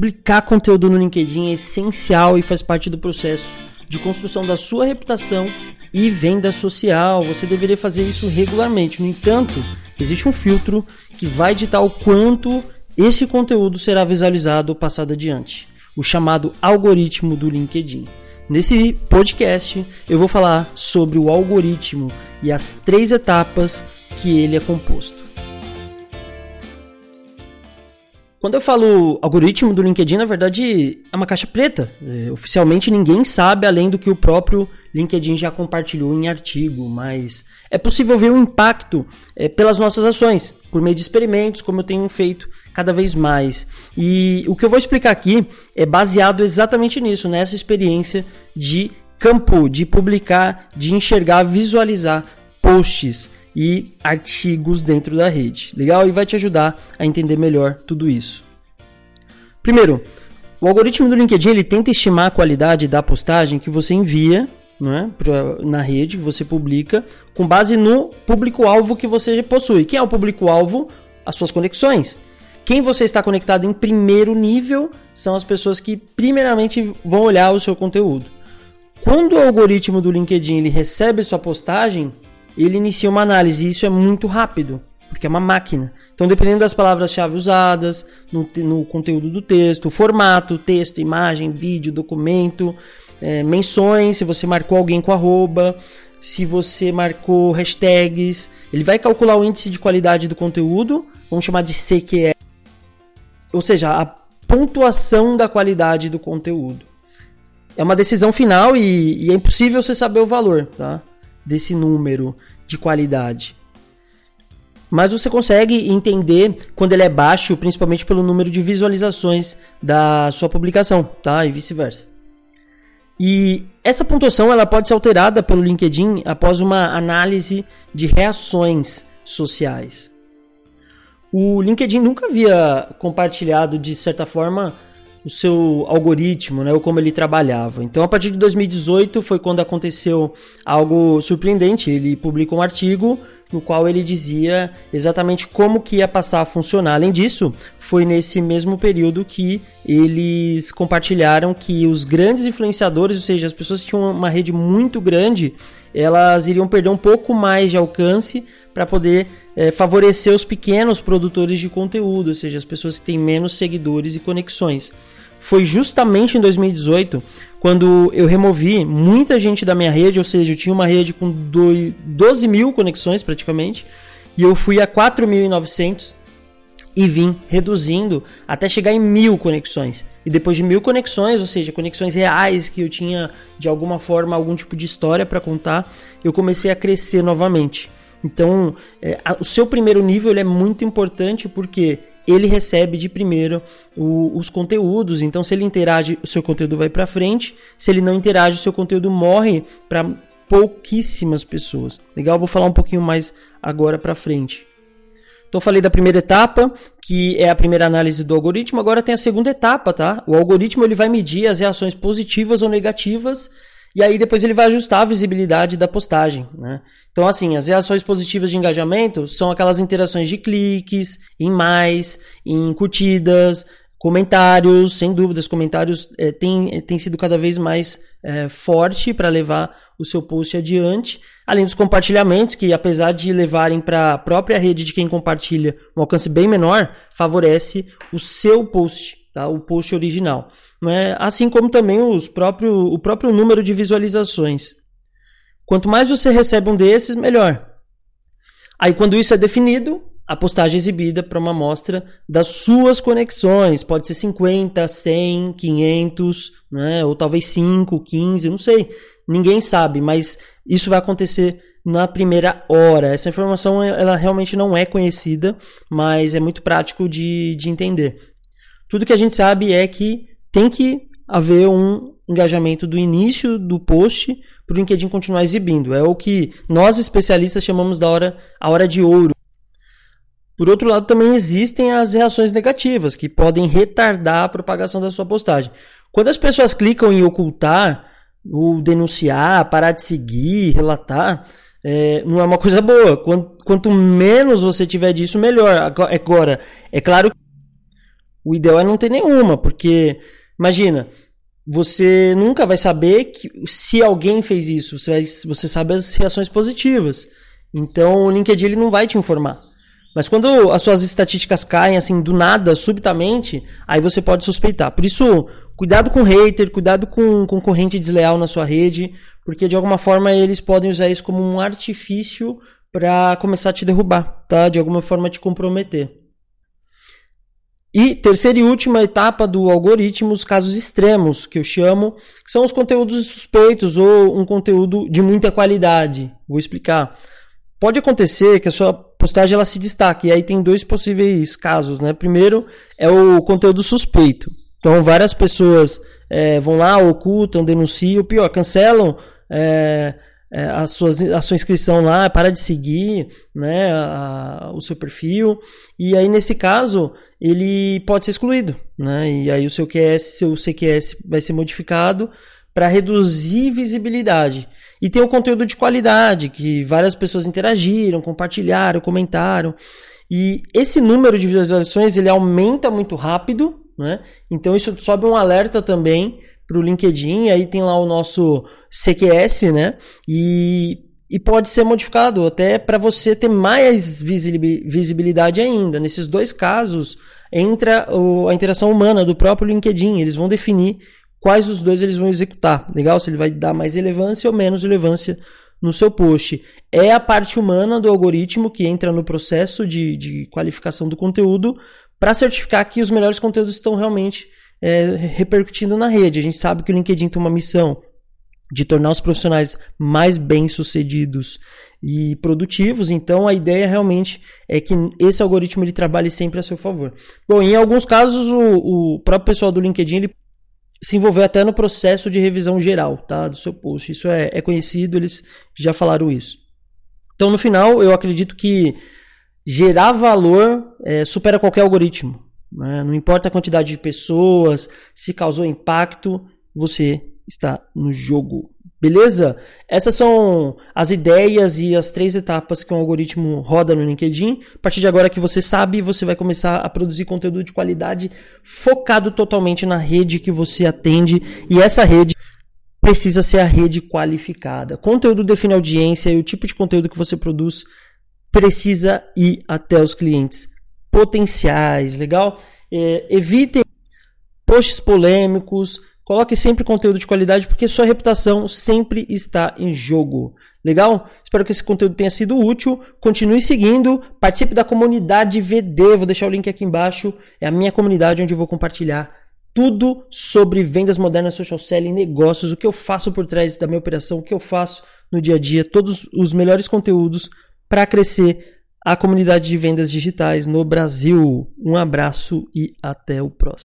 publicar conteúdo no LinkedIn é essencial e faz parte do processo de construção da sua reputação e venda social. Você deveria fazer isso regularmente. No entanto, existe um filtro que vai ditar o quanto esse conteúdo será visualizado ou passado adiante, o chamado algoritmo do LinkedIn. Nesse podcast, eu vou falar sobre o algoritmo e as 3 etapas que ele é composto. Quando eu falo algoritmo do LinkedIn, na verdade é uma caixa preta. Oficialmente ninguém sabe além do que o próprio LinkedIn já compartilhou em artigo, mas é possível ver o impacto pelas nossas ações, por meio de experimentos, como eu tenho feito cada vez mais. E o que eu vou explicar aqui é baseado exatamente nisso, nessa experiência de campo, de publicar, de enxergar, visualizar posts e artigos dentro da rede. Legal? E vai te ajudar a entender melhor tudo isso. Primeiro, o algoritmo do LinkedIn ele tenta estimar a qualidade da postagem que você envia, né, na rede, que você publica, com base no público-alvo que você possui. Quem é o público-alvo? As suas conexões. Quem você está conectado em primeiro nível são as pessoas que primeiramente vão olhar o seu conteúdo. Quando o algoritmo do LinkedIn ele recebe sua postagem, ele inicia uma análise, e isso é muito rápido, porque é uma máquina. Então, dependendo das palavras-chave usadas, no conteúdo do texto, formato, texto, imagem, vídeo, documento, menções, se você marcou alguém com arroba, se você marcou hashtags, ele vai calcular o índice de qualidade do conteúdo, vamos chamar de CQE, ou seja, a pontuação da qualidade do conteúdo. É uma decisão final e é impossível você saber o valor, tá, desse número de qualidade. Mas você consegue entender quando ele é baixo, principalmente pelo número de visualizações da sua publicação, tá? E vice-versa. E essa pontuação ela pode ser alterada pelo LinkedIn após uma análise de reações sociais. O LinkedIn nunca havia compartilhado, de certa forma, o seu algoritmo, né, ou como ele trabalhava. Então, a partir de 2018 foi quando aconteceu algo surpreendente. Ele publicou um artigo no qual ele dizia exatamente como que ia passar a funcionar. Além disso, foi nesse mesmo período que eles compartilharam que os grandes influenciadores, ou seja, as pessoas que tinham uma rede muito grande, elas iriam perder um pouco mais de alcance para poder favorecer os pequenos produtores de conteúdo, ou seja, as pessoas que têm menos seguidores e conexões. Foi justamente em 2018 quando eu removi muita gente da minha rede, ou seja, eu tinha uma rede com 12 mil conexões praticamente, e eu fui a 4.900 e vim reduzindo até chegar em 1.000 conexões. E depois de 1.000 conexões, ou seja, conexões reais que eu tinha de alguma forma algum tipo de história para contar, eu comecei a crescer novamente. Então, o seu primeiro nível ele é muito importante porque ele recebe de primeiro os conteúdos. Então, se ele interage, o seu conteúdo vai para frente. Se ele não interage, o seu conteúdo morre para pouquíssimas pessoas. Legal? Vou falar um pouquinho mais agora para frente. Então, falei da primeira etapa, que é a primeira análise do algoritmo. Agora tem a segunda etapa, tá? O algoritmo ele vai medir as reações positivas ou negativas e aí depois ele vai ajustar a visibilidade da postagem, né? Então, assim, as reações positivas de engajamento são aquelas interações de cliques, em mais, em curtidas, comentários, sem dúvidas, comentários tem sido cada vez mais forte para levar o seu post adiante, além dos compartilhamentos, que apesar de levarem para a própria rede de quem compartilha um alcance bem menor, favorece o seu post, tá? O post original. Não é? Assim como também o próprio número de visualizações. Quanto mais você recebe um desses, melhor. Aí quando isso é definido, a postagem é exibida para uma amostra das suas conexões. Pode ser 50, 100, 500, né? Ou talvez 5, 15, não sei. Ninguém sabe, mas isso vai acontecer na primeira hora. Essa informação ela realmente não é conhecida, mas é muito prático de entender. Tudo que a gente sabe é que tem que haver um engajamento do início do post para o LinkedIn continuar exibindo. É o que nós especialistas chamamos a hora de ouro. Por outro lado, também existem as reações negativas, que podem retardar a propagação da sua postagem. Quando as pessoas clicam em ocultar, ou denunciar, parar de seguir, relatar, não é uma coisa boa. Quanto menos você tiver disso, melhor. Agora, é claro que O ideal é não ter nenhuma, porque, imagina, você nunca vai saber se alguém fez isso. Você sabe as reações positivas. Então, o LinkedIn ele não vai te informar. Mas quando as suas estatísticas caem assim do nada, subitamente, aí você pode suspeitar. Por isso, cuidado com hater, cuidado com concorrente desleal na sua rede, porque de alguma forma eles podem usar isso como um artifício para começar a te derrubar, tá? De alguma forma te comprometer. E terceira e última etapa do algoritmo, os casos extremos, que eu chamo, que são os conteúdos suspeitos ou um conteúdo de muita qualidade. Vou explicar. Pode acontecer que a sua postagem ela se destaque, e aí tem dois possíveis casos, né? Primeiro é o conteúdo suspeito. Então várias pessoas vão lá, ocultam, denunciam, pior, cancelam a sua inscrição lá, para de seguir, né, o seu perfil, e aí nesse caso ele pode ser excluído, né? E aí o seu CQS vai ser modificado para reduzir visibilidade. E tem o conteúdo de qualidade, que várias pessoas interagiram, compartilharam, comentaram. E esse número de visualizações ele aumenta muito rápido, né? Então isso sobe um alerta também para o LinkedIn. Aí tem lá o nosso CQS, né? E pode ser modificado até para você ter mais visibilidade ainda. Nesses dois casos entra a interação humana do próprio LinkedIn. Eles vão definir quais dos dois eles vão executar. Legal? Se ele vai dar mais relevância ou menos relevância no seu post. É a parte humana do algoritmo que entra no processo de qualificação do conteúdo para certificar que os melhores conteúdos estão realmente repercutindo na rede. A gente sabe que o LinkedIn tem uma missão de tornar os profissionais mais bem-sucedidos e produtivos, então a ideia realmente é que esse algoritmo ele trabalhe sempre a seu favor. Bom, em alguns casos o próprio pessoal do LinkedIn ele se envolver até no processo de revisão geral, tá, do seu post. Isso é conhecido, eles já falaram isso. Então, no final, eu acredito que gerar valor supera qualquer algoritmo, né? Não importa a quantidade de pessoas, se causou impacto, você está no jogo. Beleza? Essas são as ideias e as 3 etapas que um algoritmo roda no LinkedIn. A partir de agora que você sabe, você vai começar a produzir conteúdo de qualidade focado totalmente na rede que você atende. E essa rede precisa ser a rede qualificada. Conteúdo define audiência e o tipo de conteúdo que você produz precisa ir até os clientes potenciais. Legal? Evitem posts polêmicos. Coloque sempre conteúdo de qualidade, porque sua reputação sempre está em jogo. Legal? Espero que esse conteúdo tenha sido útil. Continue seguindo. Participe da comunidade VD. Vou deixar o link aqui embaixo. É a minha comunidade onde eu vou compartilhar tudo sobre vendas modernas, social selling, negócios, o que eu faço por trás da minha operação, o que eu faço no dia a dia, todos os melhores conteúdos para crescer a comunidade de vendas digitais no Brasil. Um abraço e até o próximo.